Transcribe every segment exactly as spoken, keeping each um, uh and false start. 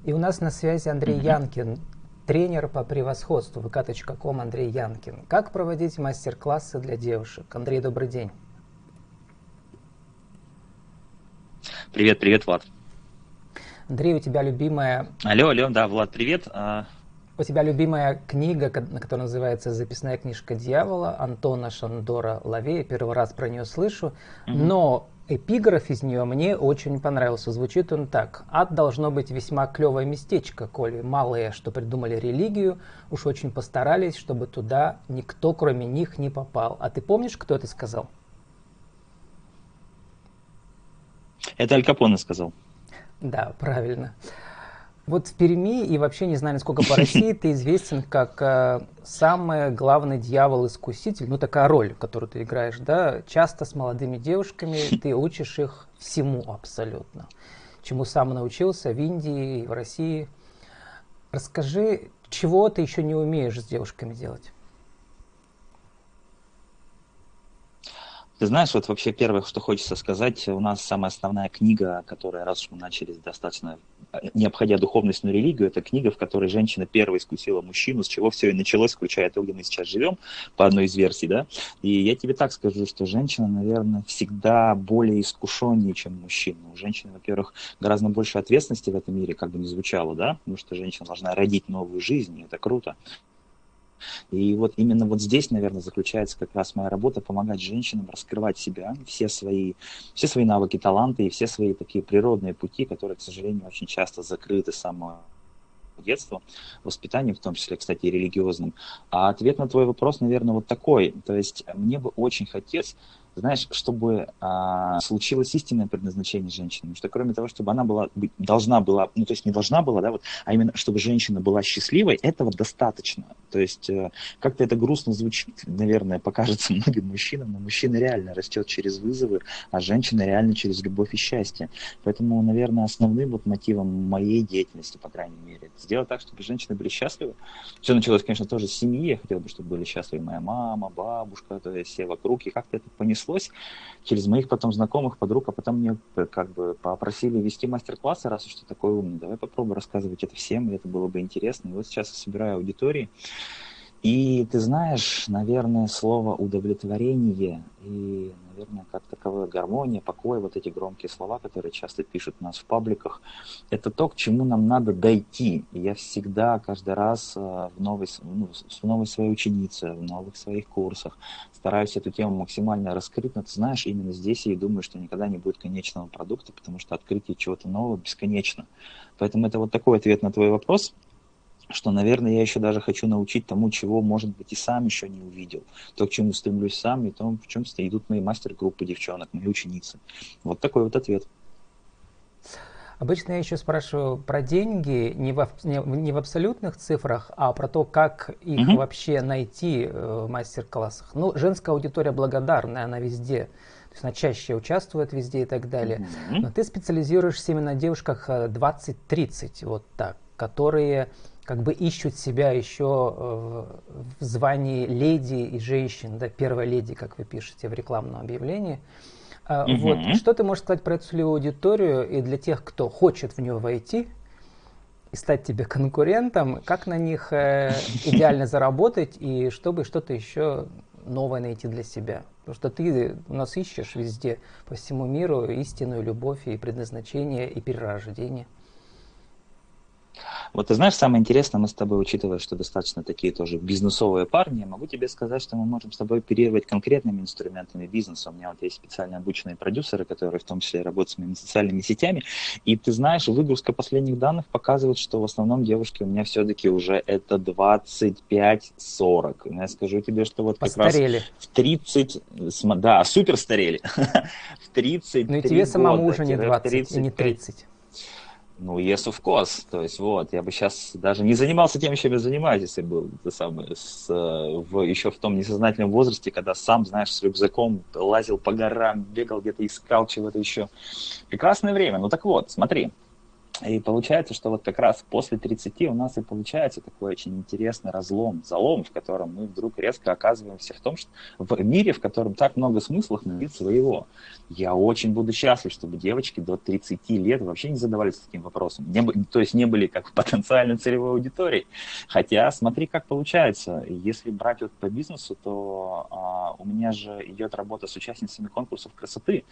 И у нас на связи Андрей mm-hmm. Янкин, тренер по превосходству вэ ка точка ком Андрей Янкин. Как проводить мастер-классы для девушек? Андрей, добрый день. Привет, привет, Влад. Андрей, у тебя любимая... Алло, алло, да, Влад, привет. У тебя любимая книга, которая называется «Записная книжка дьявола» Антона Шандора Лавея. Первый раз про нее слышу, mm-hmm. но эпиграф из нее мне очень понравился. Звучит он так: «Ад должно быть весьма клевое местечко, коли малые, что придумали религию, уж очень постарались, чтобы туда никто, кроме них, не попал». А ты помнишь, кто это сказал? Это Аль Капоне сказал. Да, правильно. Вот в Перми и вообще, не знаю, насколько по России, ты известен как э, самый главный дьявол-искуситель, ну такая роль, которую ты играешь, да, часто с молодыми девушками, ты учишь их всему абсолютно, чему сам научился в Индии и в России. Расскажи, чего ты еще не умеешь с девушками делать? Ты знаешь, вот вообще первое, что хочется сказать, у нас самая основная книга, которая, раз уж мы начали достаточно, не обходя духовностную религию, это книга, в которой женщина первой искусила мужчину, с чего все и началось, включая то, где мы сейчас живем, по одной из версий, да. И я тебе так скажу, что женщина, наверное, всегда более искушеннее, чем мужчина. У женщины, во-первых, гораздо больше ответственности в этом мире, как бы ни звучало, да, потому что женщина должна родить новую жизнь, и это круто. И вот именно вот здесь, наверное, заключается как раз моя работа — помогать женщинам раскрывать себя, все свои, все свои навыки, таланты и все свои такие природные пути, которые, к сожалению, очень часто закрыты с самого детства, воспитанием, в том числе, кстати, и религиозным. А ответ на твой вопрос, наверное, вот такой. То есть мне бы очень хотелось, знаешь, чтобы а, случилось истинное предназначение женщины. Потому что кроме того, чтобы она была, должна была, ну то есть не должна была, да, вот, а именно чтобы женщина была счастливой, этого достаточно. То есть как-то это грустно звучит, наверное, покажется многим мужчинам, но мужчина реально растет через вызовы, а женщина реально через любовь и счастье. Поэтому, наверное, основным вот мотивом моей деятельности, по крайней мере, это сделать так, чтобы женщины были счастливы. Все началось, конечно, тоже с семьи. Я хотел бы, чтобы были счастливы моя мама, бабушка, то есть все вокруг. И как-то это понеслось через моих потом знакомых, подруг, а потом мне как бы попросили вести мастер-классы, раз уж ты такой умный, давай попробуй рассказывать это всем, и это было бы интересно. И вот сейчас я собираю аудитории. И ты знаешь, наверное, слово удовлетворение и, наверное, как таковое гармония, покой, вот эти громкие слова, которые часто пишут у нас в пабликах, это то, к чему нам надо дойти. И я всегда, каждый раз в новой, ну, в новой своей ученице, в новых своих курсах стараюсь эту тему максимально раскрыть, но ты знаешь, именно здесь я и думаю, что никогда не будет конечного продукта, потому что открытие чего-то нового бесконечно. Поэтому это вот такой ответ на твой вопрос, что, наверное, я еще даже хочу научить тому, чего, может быть, и сам еще не увидел. То, к чему стремлюсь сам, и то, в чем идут мои мастер-группы девчонок, мои ученицы. Вот такой вот ответ. Обычно я еще спрашиваю про деньги не в, не в абсолютных цифрах, а про то, как их mm-hmm. вообще найти в мастер-классах. Ну, женская аудитория благодарная, она везде. То есть она чаще участвует везде и так далее. Mm-hmm. Но ты специализируешься именно на девушках двадцать-тридцать, вот так, которые как бы ищут себя еще э, в звании леди и женщин, да, первая леди, как вы пишете в рекламном объявлении. Э, mm-hmm. Вот. Что ты можешь сказать про эту целевую аудиторию и для тех, кто хочет в нее войти и стать тебе конкурентом, как на них э, идеально заработать и чтобы что-то еще новое найти для себя? Потому что ты у нас ищешь везде, по всему миру, истинную любовь и предназначение и перерождение. Вот ты знаешь, самое интересное, мы с тобой, учитывая, что достаточно такие тоже бизнесовые парни, я могу тебе сказать, что мы можем с тобой оперировать конкретными инструментами бизнеса. У меня вот есть специально обученные продюсеры, которые в том числе работают с моими социальными сетями. И ты знаешь, выгрузка последних данных показывает, что в основном девушки у меня все-таки уже это двадцать пять сорок. Я скажу тебе, что вот как постарели. Раз в тридцать, да, супер старели. В тридцать три года. Ну и тебе самому уже не двадцать и не тридцать. Ну, yes, of course. То есть, вот, я бы сейчас даже не занимался тем, чем я занимаюсь, если был самое, с, в, еще в том несознательном возрасте, когда сам, знаешь, с рюкзаком лазил по горам, бегал где-то, искал чего-то еще. Прекрасное время. Ну, так вот, смотри. И получается, что вот как раз после тридцати у нас и получается такой очень интересный разлом, залом, в котором мы вдруг резко оказываемся в том, что в мире, в котором так много смыслов навид своего. Я очень буду счастлив, чтобы девочки до тридцати лет вообще не задавались таким вопросом. Не, то есть не были как потенциальной целевой аудиторией. Хотя смотри, как получается. Если брать вот по бизнесу, то а, у меня же идет работа с участницами конкурсов красоты.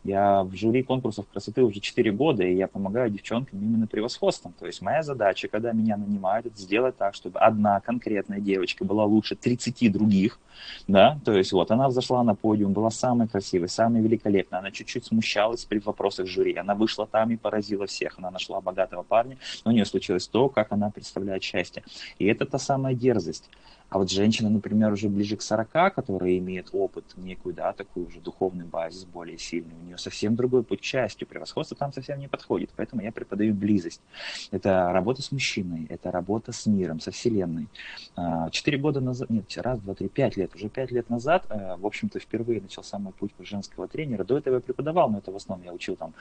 Я в жюри конкурсов красоты уже четыре года, и я помогаю девчонкам именно превосходством. То есть моя задача, когда меня нанимают, это сделать так, чтобы одна конкретная девочка была лучше тридцати других, да, то есть вот она взошла на подиум, была самой красивой, самой великолепной, она чуть-чуть смущалась при вопросах жюри, она вышла там и поразила всех, она нашла богатого парня, но у нее случилось то, как она представляет счастье. И это та самая дерзость. А вот женщина, например, уже ближе к сорока, которая имеет опыт, некую, да, такую уже духовную базис более сильную, у нее совсем другой путь к счастью, превосходство там совсем не подходит, поэтому я преподаю близость. Это работа с мужчиной, это работа с миром, со Вселенной. Четыре года назад, нет, раз, два, три, пять лет, уже пять лет назад, в общем-то, впервые начался мой путь как женского тренера. До этого я преподавал, но это в основном я учил там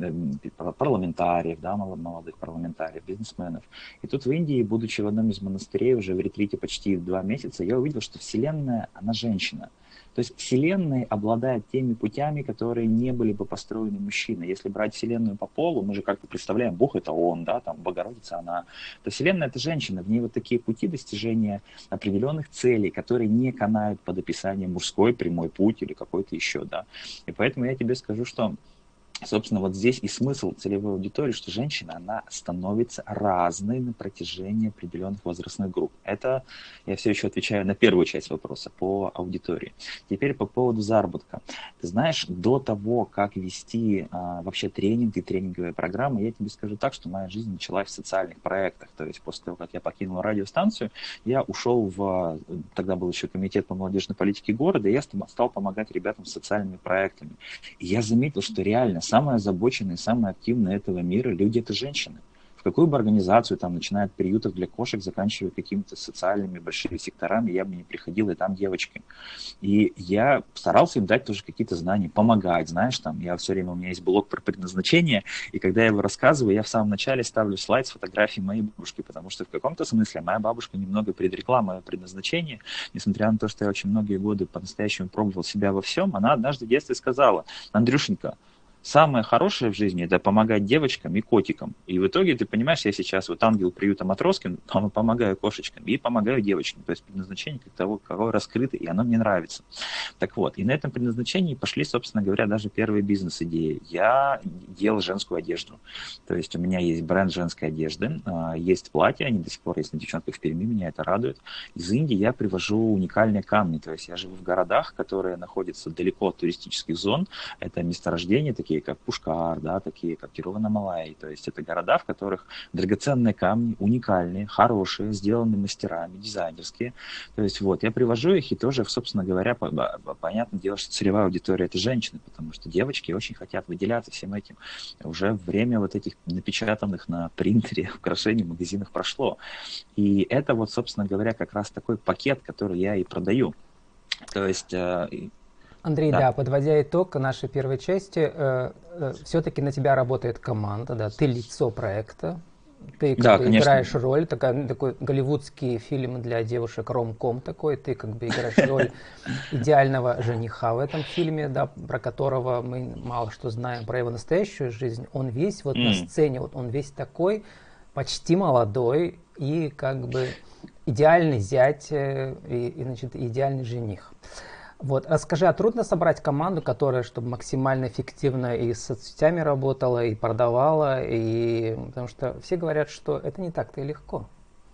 парламентариев, да, молодых парламентариев, бизнесменов. И тут в Индии, будучи в одном из монастырей, уже в ретрите почти два месяца, я увидел, что Вселенная, она женщина. То есть Вселенная обладает теми путями, которые не были бы построены мужчиной. Если брать Вселенную по полу, мы же как-то представляем, Бог это он, да, там Богородица она, то Вселенная это женщина, в ней вот такие пути достижения определенных целей, которые не канают под описание мужской прямой путь или какой-то еще, да. И поэтому я тебе скажу, что собственно, вот здесь и смысл целевой аудитории, что женщина, она становится разной на протяжении определенных возрастных групп. Это я все еще отвечаю на первую часть вопроса по аудитории. Теперь по поводу заработка. Ты знаешь, до того, как вести а, вообще тренинг и тренинговые программы, я тебе скажу так, что моя жизнь началась в социальных проектах. То есть после того, как я покинул радиостанцию, я ушел в, тогда был еще комитет по молодежной политике города, и я стал помогать ребятам с социальными проектами. И я заметил, что реально самые озабоченные, самые активные этого мира люди – это женщины. В какую бы организацию, там, начиная от приютов для кошек, заканчивая какими-то социальными большими секторами, я бы не приходил, и там девочки. И я старался им дать тоже какие-то знания, помогать, знаешь, там, я все время, у меня есть блог про предназначение, и когда я его рассказываю, я в самом начале ставлю слайд с фотографией моей бабушки, потому что в каком-то смысле моя бабушка немного предрекла мое предназначение, несмотря на то, что я очень многие годы по-настоящему пробовал себя во всем, она однажды в детстве сказала: Андрюшенька, самое хорошее в жизни – это помогать девочкам и котикам. И в итоге, ты понимаешь, я сейчас вот ангел приюта Матроскин, помогаю кошечкам и помогаю девочкам. То есть предназначение как того, кого раскрыто, и оно мне нравится. Так вот, и на этом предназначении пошли, собственно говоря, даже первые бизнес-идеи. Я делал женскую одежду. То есть у меня есть бренд женской одежды, есть платья, они до сих пор есть на девчонках в Перми, меня это радует. Из Индии я привожу уникальные камни. То есть я живу в городах, которые находятся далеко от туристических зон. Это месторождения, такие как Пушкар, да, такие как Тируванамалай. То есть это города, в которых драгоценные камни, уникальные, хорошие, сделаны мастерами, дизайнерские. То есть вот, я привожу их, и тоже, собственно говоря, понятное дело, что целевая аудитория – это женщины, потому что девочки очень хотят выделяться всем этим. Уже время вот этих напечатанных на принтере украшений в магазинах прошло. И это вот, собственно говоря, как раз такой пакет, который я и продаю. То есть... Андрей, да. да, подводя итог нашей первой части, э, э, все-таки на тебя работает команда, да, ты лицо проекта, ты как да, бы конечно. играешь роль, такой, такой голливудский фильм для девушек, ромком такой, ты как бы играешь роль идеального жениха в этом фильме, да, про которого мы мало что знаем, про его настоящую жизнь. Он весь вот mm. на сцене, вот он весь такой, почти молодой и как бы идеальный зять и, и значит, идеальный жених. Вот. Расскажи, а трудно собрать команду, которая, чтобы максимально эффективно и с соцсетями работала, и продавала, и... потому что все говорят, что это не так-то и легко.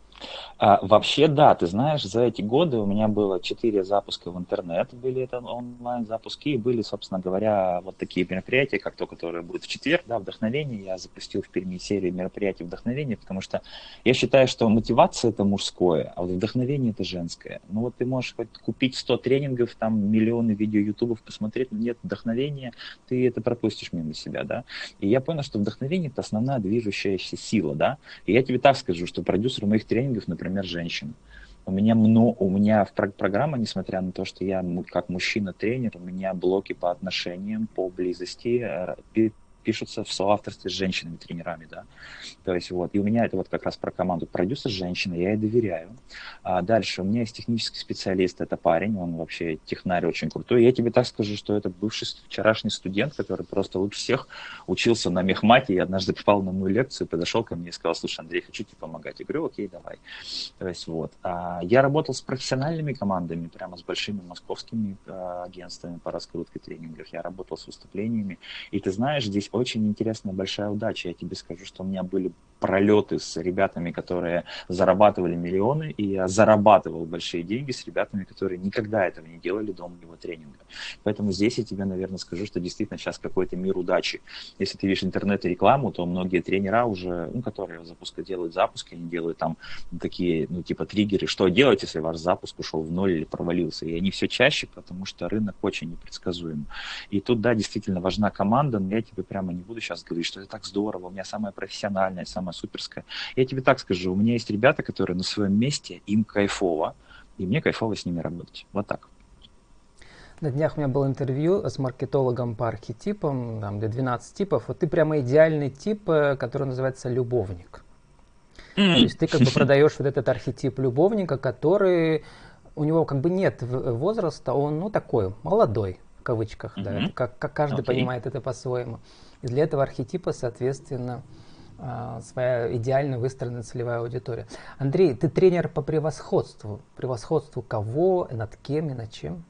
А, вообще, да, ты знаешь, за эти годы у меня было четыре запуска в интернет, были это онлайн-запуски, и были, собственно говоря, вот такие мероприятия, как то, которое будет в четверг, да, вдохновение. Я запустил в Перми серию мероприятий вдохновения, потому что я считаю, что мотивация – это мужское, а вот вдохновение – это женское. Ну вот ты можешь хоть купить сто тренингов, там миллионы видео ютубов посмотреть, но нет вдохновения, ты это пропустишь мимо себя, да. И я понял, что вдохновение – это основная движущаяся сила, да. И я тебе так скажу, что продюсер моих тренингов, например, женщин. У меня, много, у меня в программа, несмотря на то, что я как мужчина-тренер, у меня блоки по отношениям, по близости, пишутся в соавторстве с женщинами-тренерами, да. То есть вот, и у меня это вот как раз про команду. Продюсер женщина, я ей доверяю. А дальше у меня есть технический специалист, это парень, он вообще технарь очень крутой. Я тебе так скажу, что это бывший вчерашний студент, который просто лучше всех учился на мехмате, и однажды попал на мою лекцию, подошел ко мне и сказал: слушай, Андрей, хочу тебе помогать. Я говорю: окей, давай. То есть вот. А я работал с профессиональными командами, прямо с большими московскими а, агентствами по раскрутке тренингов. Я работал с выступлениями. И ты знаешь, здесь очень интересная большая удача. Я тебе скажу, что у меня были пролеты с ребятами, которые зарабатывали миллионы, и я зарабатывал большие деньги с ребятами, которые никогда этого не делали до моего тренинга. Поэтому здесь я тебе, наверное, скажу, что действительно сейчас какой-то мир удачи. Если ты видишь интернет и рекламу, то многие тренера уже, ну, которые запуска, делают запуски, они делают там такие, ну, типа триггеры, что делать, если ваш запуск ушел в ноль или провалился. И они все чаще, потому что рынок очень непредсказуем. И тут, да, действительно важна команда, но я тебе прямо не буду сейчас говорить, что это так здорово, у меня самая профессиональная, самая суперская. Я тебе так скажу, у меня есть ребята, которые на своем месте, им кайфово, и мне кайфово с ними работать. Вот так. На днях у меня было интервью с маркетологом по архетипам, там, где двенадцать типов. Вот ты прямо идеальный тип, который называется любовник. Mm. То есть ты как бы продаешь вот этот архетип любовника, который, у него как бы нет возраста, он, ну, такой, молодой, в кавычках, mm-hmm. да, это как, как каждый okay. понимает это по-своему. И для этого архетипа, соответственно, своя идеально выстроенная целевая аудитория. Андрей, ты тренер по превосходству. Превосходству кого, над кем и над чем?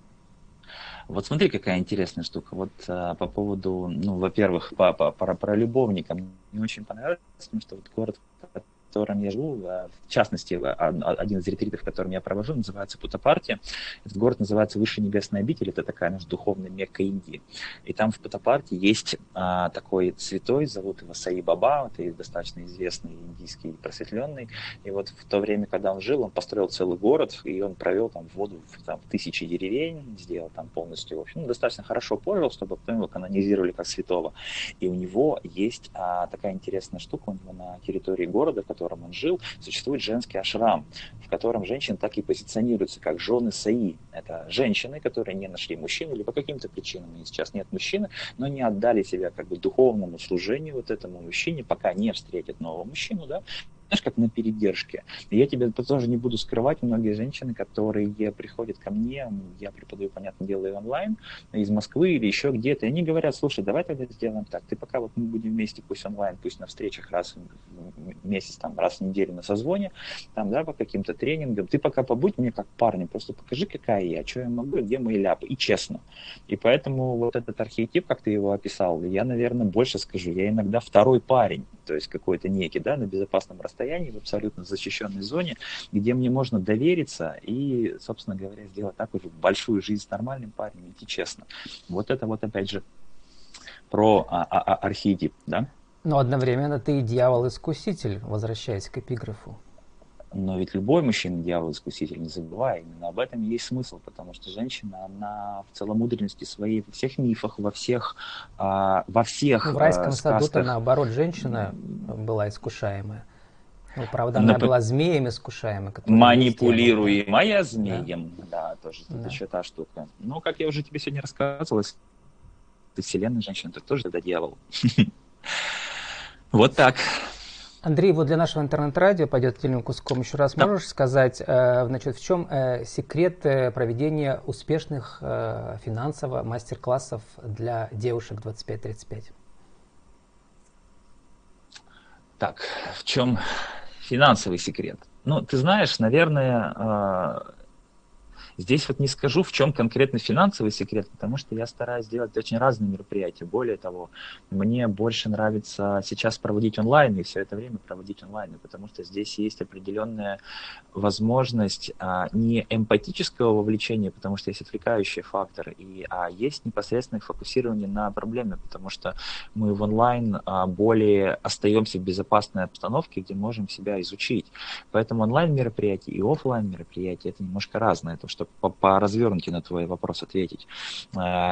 Вот смотри, какая интересная штука. Вот а, по поводу, ну, во-первых, по, по, про, про любовника. Мне очень понравилось, потому что вот город, в котором я живу, в частности, один из ретритов, в котором я провожу, называется Путапарти. Этот город называется Высшая Небесная Обитель, это такая наша духовная Мекка Индии. И там в Путапарти есть а, такой святой, зовут его Саи Баба, это достаточно известный индийский просветленный. И вот в то время, когда он жил, он построил целый город, и он провел там воду в там, тысячи деревень, сделал там полностью, в общем, ну, достаточно хорошо пожил, чтобы потом его канонизировали как святого. И у него есть а, такая интересная штука, у него на территории города, в котором он жил, существует женский ашрам, в котором женщины так и позиционируются, как жены Саи. Это женщины, которые не нашли мужчину, или по каким-то причинам, и сейчас нет мужчины, но не отдали себя как бы духовному служению вот этому мужчине, пока не встретят нового мужчину, да, знаешь, как на передержке. И я тебе тоже не буду скрывать, многие женщины, которые приходят ко мне, я преподаю, понятное дело, и онлайн, из Москвы или еще где-то, и они говорят: слушай, давай тогда сделаем так, ты пока вот мы будем вместе, пусть онлайн, пусть на встречах раз в месяц, там, раз в неделю на созвоне, там, да, по каким-то тренингам, ты пока побудь мне как парень, просто покажи, какая я, что я могу, где мои ляпы, и честно. И поэтому вот этот архетип, как ты его описал, я, наверное, больше скажу, я иногда второй парень, то есть какой-то некий, да, на безопасном расстоянии, в абсолютно защищенной зоне, где мне можно довериться и, собственно говоря, сделать такую же большую жизнь с нормальным парнем, идти честно. Вот это вот опять же про а, а, архетип, да? Но одновременно ты и дьявол-искуситель, возвращаясь к эпиграфу. Но ведь любой мужчина дьявол-искуситель, не забывай, именно об этом есть смысл, потому что женщина, она в целомудренности своей, во всех мифах, во всех, а, во всех ну, в райском сказках... саду-то, наоборот, женщина была искушаемая. Ну, правда, она Нап... была змеем искушаемой. Манипулируемая змеем, да, да тоже да. Тут еще та штука. Ну, как я уже тебе сегодня рассказывал, ты вселенная женщина, ты тоже тогда дьявол. Вот так. Андрей, вот для нашего интернет-радио пойдет отдельным куском. Еще раз да. можешь сказать, э, значит, в чем э, секрет э, проведения успешных э, финансово мастер-классов для девушек двадцать пять тридцать пять? Так, в чем финансовый секрет? Ну, ты знаешь, наверное, э, здесь вот не скажу, в чем конкретно финансовый секрет, потому что я стараюсь делать очень разные мероприятия. Более того, мне больше нравится сейчас проводить онлайн и все это время проводить онлайн, потому что здесь есть определенная возможность а, не эмпатического вовлечения, потому что есть отвлекающий фактор, и, а есть непосредственное фокусирование на проблеме, потому что мы в онлайн а, более остаемся в безопасной обстановке, где можем себя изучить. Поэтому онлайн-мероприятия и офлайн-мероприятия это немножко разное, то, что по, по развернуте на твой вопрос ответить.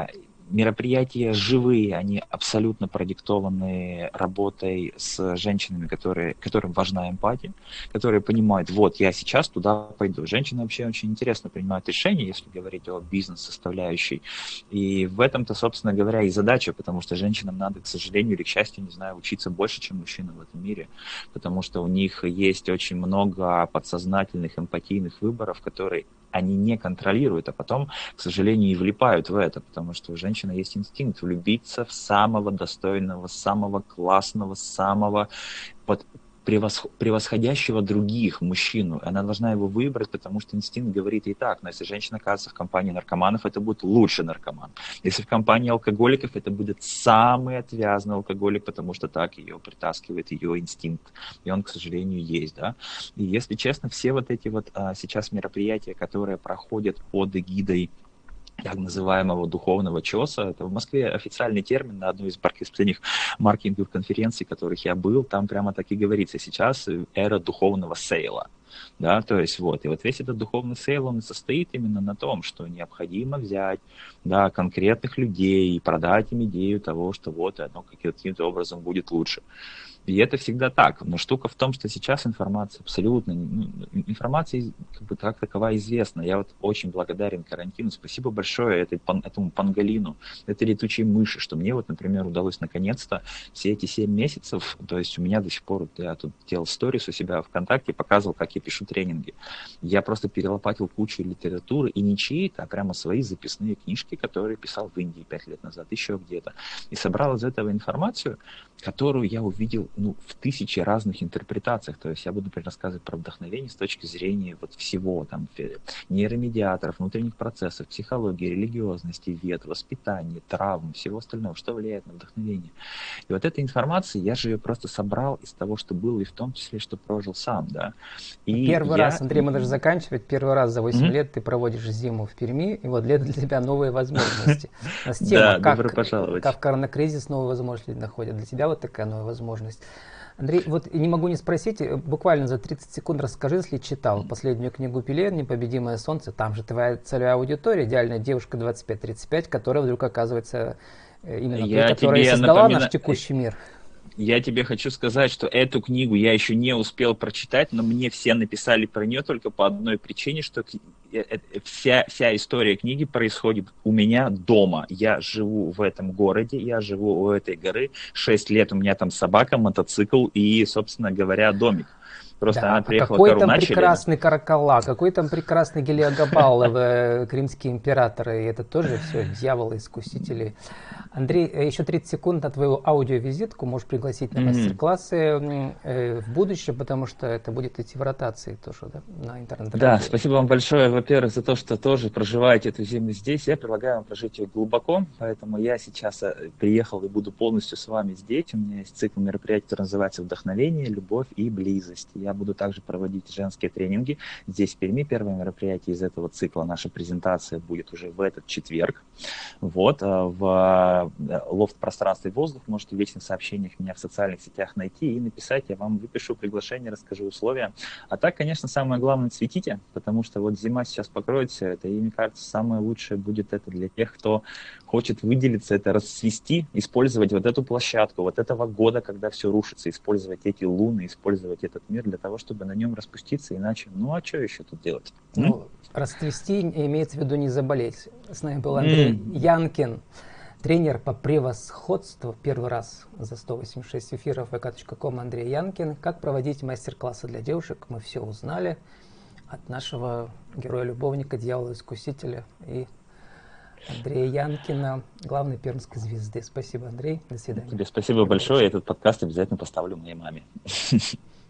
мероприятия живые, они абсолютно продиктованы работой с женщинами, которые, которым важна эмпатия, которые понимают, вот, я сейчас туда пойду. Женщины вообще очень интересно принимают решения, если говорить о бизнес-составляющей. И в этом-то, собственно говоря, и задача, потому что женщинам надо, к сожалению или к счастью, не знаю, учиться больше, чем мужчинам в этом мире, потому что у них есть очень много подсознательных, эмпатийных выборов, которые они не контролируют, а потом, к сожалению, и влипают в это, потому что у женщины есть инстинкт влюбиться в самого достойного, самого классного, самого под, превосх, превосходящего других мужчину. Она должна его выбрать, потому что инстинкт говорит ей так, но если женщина оказывается в компании наркоманов, это будет лучший наркоман. Если в компании алкоголиков, это будет самый отвязный алкоголик, потому что так ее притаскивает ее инстинкт. И он, к сожалению, есть. Да? И если честно, все вот эти вот а, сейчас мероприятия, которые проходят под эгидой так называемого духовного чеса. Это в Москве официальный термин на одной из последних маркетинговых конференций, в которых я был, там прямо так и говорится, сейчас эра духовного сейла. Да, то есть вот, и вот весь этот духовный сейл, он состоит именно на том, что необходимо взять, да, конкретных людей и продать им идею того, что вот оно каким-то образом будет лучше. И это всегда так. Но штука в том, что сейчас информация абсолютно... Ну, информация как бы как таковая известна. Я вот очень благодарен карантину. Спасибо большое этой, этому панголину, этой летучей мыши, что мне вот, например, удалось наконец-то все эти семь месяцев, то есть у меня до сих пор, вот я тут делал сторис у себя ВКонтакте, показывал, как я пишу тренинги. Я просто перелопатил кучу литературы, и не чьи-то, а прямо свои записные книжки, которые писал в Индии пять лет назад, еще где-то. И собрал из этого информацию, которую я увидел ну, в тысячи разных интерпретациях. То есть я буду, например, рассказывать про вдохновение с точки зрения вот всего, там, нейромедиаторов, внутренних процессов, психологии, религиозности, вет, воспитания, травм, всего остального, что влияет на вдохновение. И вот эта информация, я же ее просто собрал из того, что было, и в том числе, что прожил сам, да. И Первый я... раз, Андрей, мы даже заканчивать. Первый раз за восемь mm-hmm. лет ты проводишь зиму в Перми, и вот для, для тебя новые возможности. У нас тема, да, как, пожаловать. как в коронакризис новые возможности находят. Для тебя вот такая новая возможность. Андрей, вот не могу не спросить, буквально за тридцать секунд расскажи, если читал последнюю книгу Пеле «Непобедимое солнце», там же твоя целевая аудитория, идеальная девушка двадцать пять тридцать пять, которая вдруг оказывается именно я той, которая создала напомина... наш текущий мир. Я тебе хочу сказать, что эту книгу я еще не успел прочитать, но мне все написали про нее только по одной причине, что вся, вся история книги происходит у меня дома. Я живу в этом городе, я живу у этой горы, шесть лет у меня там собака, мотоцикл и, собственно говоря, домик. Просто да, она приехала а какой там начали. прекрасный Каракалла, какой там прекрасный Гелиогабал, крымские императоры, и это тоже все дьяволы-искусители. Андрей, еще тридцать секунд на твою аудиовизитку, можешь пригласить на мастер-классы mm-hmm. в будущем, потому что это будет идти в ротации тоже, да, на интернет-радио. Да, спасибо вам большое, во-первых, за то, что тоже проживаете эту зиму здесь. Я предлагаю вам прожить ее глубоко, поэтому я сейчас приехал и буду полностью с вами здесь. У меня есть цикл мероприятий, который называется «Вдохновение, любовь и близость». Я буду также проводить женские тренинги здесь, в Перми. Первое мероприятие из этого цикла, наша презентация будет уже в этот четверг. Вот, в лофт-пространстве «Воздух». Можете в вечных сообщениях меня в социальных сетях найти и написать. Я вам выпишу приглашение, расскажу условия. А так, конечно, самое главное — цветите, потому что вот зима сейчас покроет все это. И мне кажется, самое лучшее будет это для тех, кто хочет выделиться, это расцвести, использовать вот эту площадку, вот этого года, когда все рушится, использовать эти луны, использовать этот мир для того, чтобы на нем распуститься, иначе, ну а что еще тут делать? Ну, расцвести имеется в виду не заболеть. С нами был Андрей mm. Янкин, тренер по превосходству. Первый раз за сто восемьдесят шесть эфиров вэ ка точка ком Андрей Янкин. Как проводить мастер-классы для девушек, мы все узнали от нашего героя-любовника, дьявола-искусителя и Андрея Янкина, главной пермской звезды. Спасибо, Андрей. До свидания. Тебе спасибо большое. Этот подкаст обязательно поставлю моей маме.